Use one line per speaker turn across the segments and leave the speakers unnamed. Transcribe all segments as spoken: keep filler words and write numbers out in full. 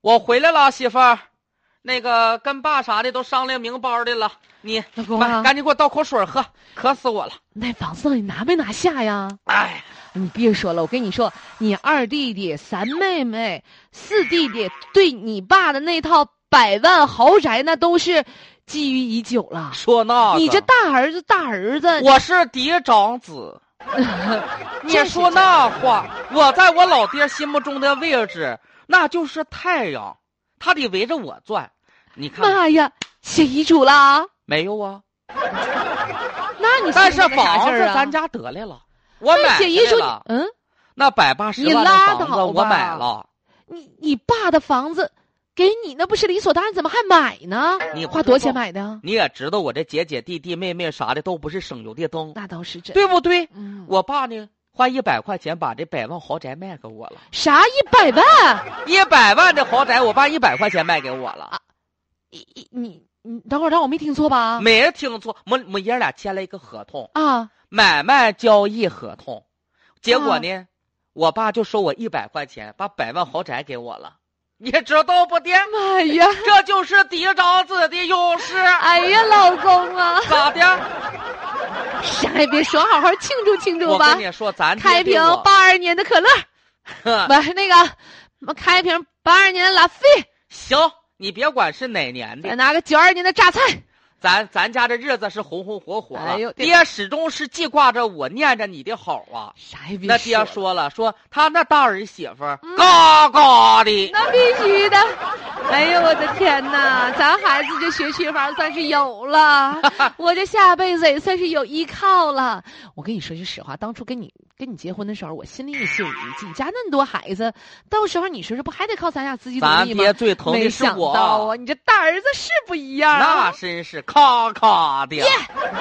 我回来了，媳妇儿，那个跟爸啥的都商量明白的了，你
老公啊，
赶紧给我倒口水喝，渴死我了。
那房子你拿没拿下呀？
哎，
你别说了，我跟你说，你二弟弟、三妹妹、四弟弟对你爸的那套百万豪宅，那都是觊觎已久了。
说那个
你这大儿子、大儿子，
我是嫡长子。你说那话，我在我老爹心目中的位置，那就是太阳，他得围着我转。你看，
妈呀，写遗嘱了？
没有啊？
那你
但是房子
啊、
咱家得来了，我买
写遗嘱
了。
嗯，
那百八十万的房子我买了。
你你爸的房子给你，那不是理所当然，怎么还买呢？
你
花多少钱买的？
你也知道，我这姐姐、弟弟、妹妹啥的都不是省油的灯，
那倒是真，
对不对？
嗯，
我爸呢，花一百块钱把这百万豪宅卖给我了。
啥一百万？
一百万的豪宅，我爸一百块钱卖给我了。啊，
你你你等会儿，让我没听错吧？
没听错，我我爷俩签了一个合同
啊，
买卖交易合同。结果呢，啊、我爸就收我一百块钱，把百万豪宅给我了。你知道不的？
妈呀，
这就是嫡长子的优势。
哎呀，老公啊，
咋的？
啥也别说，好好庆祝庆祝吧。
我跟你说，咱
开瓶八二年的可乐，不是那个，开瓶八二年的拉菲。
行，你别管是哪年的，
再拿个九二年的榨菜。
咱咱家这日子是红红火火了，
哎呦，
爹始终是记挂着我，念着你的好啊。
啥也别说。
那爹说了，说他那大儿媳妇儿、嗯、嘎嘎的，
那必须的。哎呦我的天哪，咱孩子这学区房算是有了，我这下辈子也算是有依靠了。我跟你说句实话，当初跟你跟你结婚的时候，我心里也是有余悸。你家那么多孩子，到时候你说说不还得靠咱俩自己努力吗？
咱爹最疼的是我。
没想到啊，你这大儿子是不一样、啊，
那真是。咔咔的，
yeah!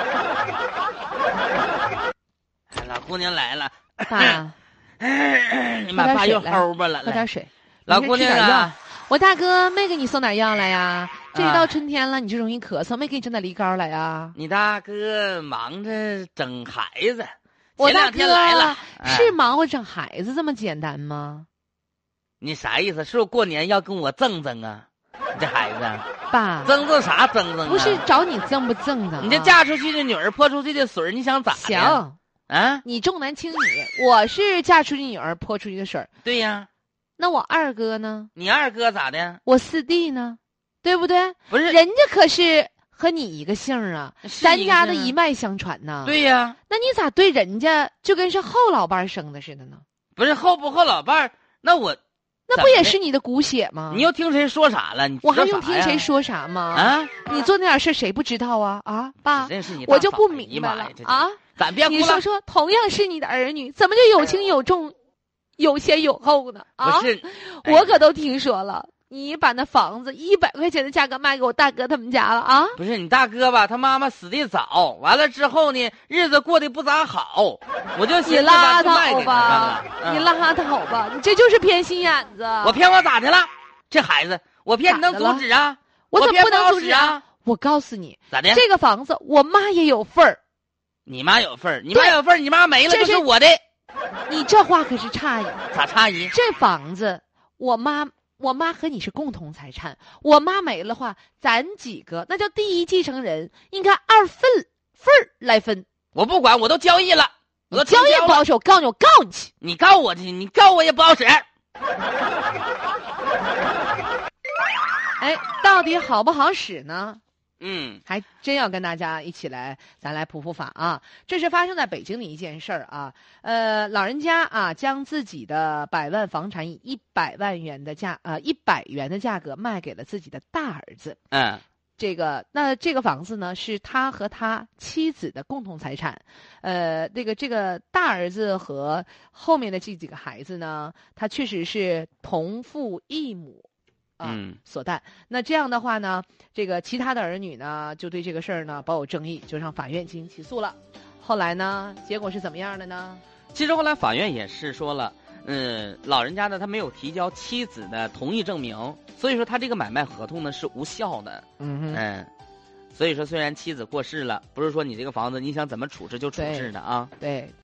老姑娘来了，
爸，
你妈爸又齁吧了，
喝点水。
老姑娘啊，
我大哥没给你送点药来呀？这一到春天了，你就容易咳嗽，没给你整点梨膏来呀？
你大哥忙着整孩子，
我
前两天来了，
是忙活整孩子这么简单吗？
你啥意思？是不是过年要跟我赠赠啊？你这孩子。
爸，
增增啥增增啊？
不是找你赠不赠的、啊，
你这嫁出去的女儿泼出去的水，你想咋的？
行
啊，
你重男轻女，我是嫁出去女儿泼出去的水。
对呀，
那我二哥呢？
你二哥咋的？
我四弟呢？对不对？
不是，
人家可是和你一个姓啊，咱家的一脉相传呐。
对呀，
那你咋对人家就跟是后老伴生的似的呢？
不是后不后老伴，那我。
那不也是你的骨血吗？
你又听谁说啥了？你
我还用听谁说啥吗？
啊！
你做那点事谁不知道啊？啊，爸，
真是你
我就不明白了啊！
咱别
你说说，同样是你的儿女，怎么就有轻有重、有先有后呢？啊！
不是，
我可都听说了。你把那房子一百块钱的价格卖给我大哥他们家了啊？
不是你大哥吧？他妈妈死的早，完了之后呢，日子过得不咋好，我就寻思把它卖给他
了。你拉倒吧，你这就是偏心眼子。
我骗我咋的了？这孩子，我骗你能阻止啊？
我怎么不能阻止
啊？
我告诉你，
咋的？
这个房子我妈也有份儿。
你妈有份儿，你妈有份儿，你妈没了就是我的。
你这话可是差异。
咋差异？
这房子，我妈。我妈和你是共同财产，我妈没了话，咱几个那叫第一继承人，应该二份份儿来分。
我不管，我都交易了，我都
交易不好使，我告诉你，我告你去，
你告我去，你告我也不好使。
哎，到底好不好使呢？
嗯，
还真要跟大家一起来，咱来普普法啊！这是发生在北京的一件事儿啊。呃，老人家啊，将自己的百万房产以一百万元的价呃一百元的价格卖给了自己的大儿子。
嗯，
这个那这个房子呢，是他和他妻子的共同财产。呃，这个这个大儿子和后面的这几个孩子呢，他确实是同父异母。啊、
嗯，
所诞。那这样的话呢，这个其他的儿女呢，就对这个事儿呢抱有争议，就上法院进行起诉了。后来呢，结果是怎么样的呢？
其实后来法院也是说了，嗯，老人家呢他没有提交妻子的同意证明，所以说他这个买卖合同呢是无效的。
嗯哼，
嗯，所以说虽然妻子过世了，不是说你这个房子你想怎么处置就处置的啊。
对。对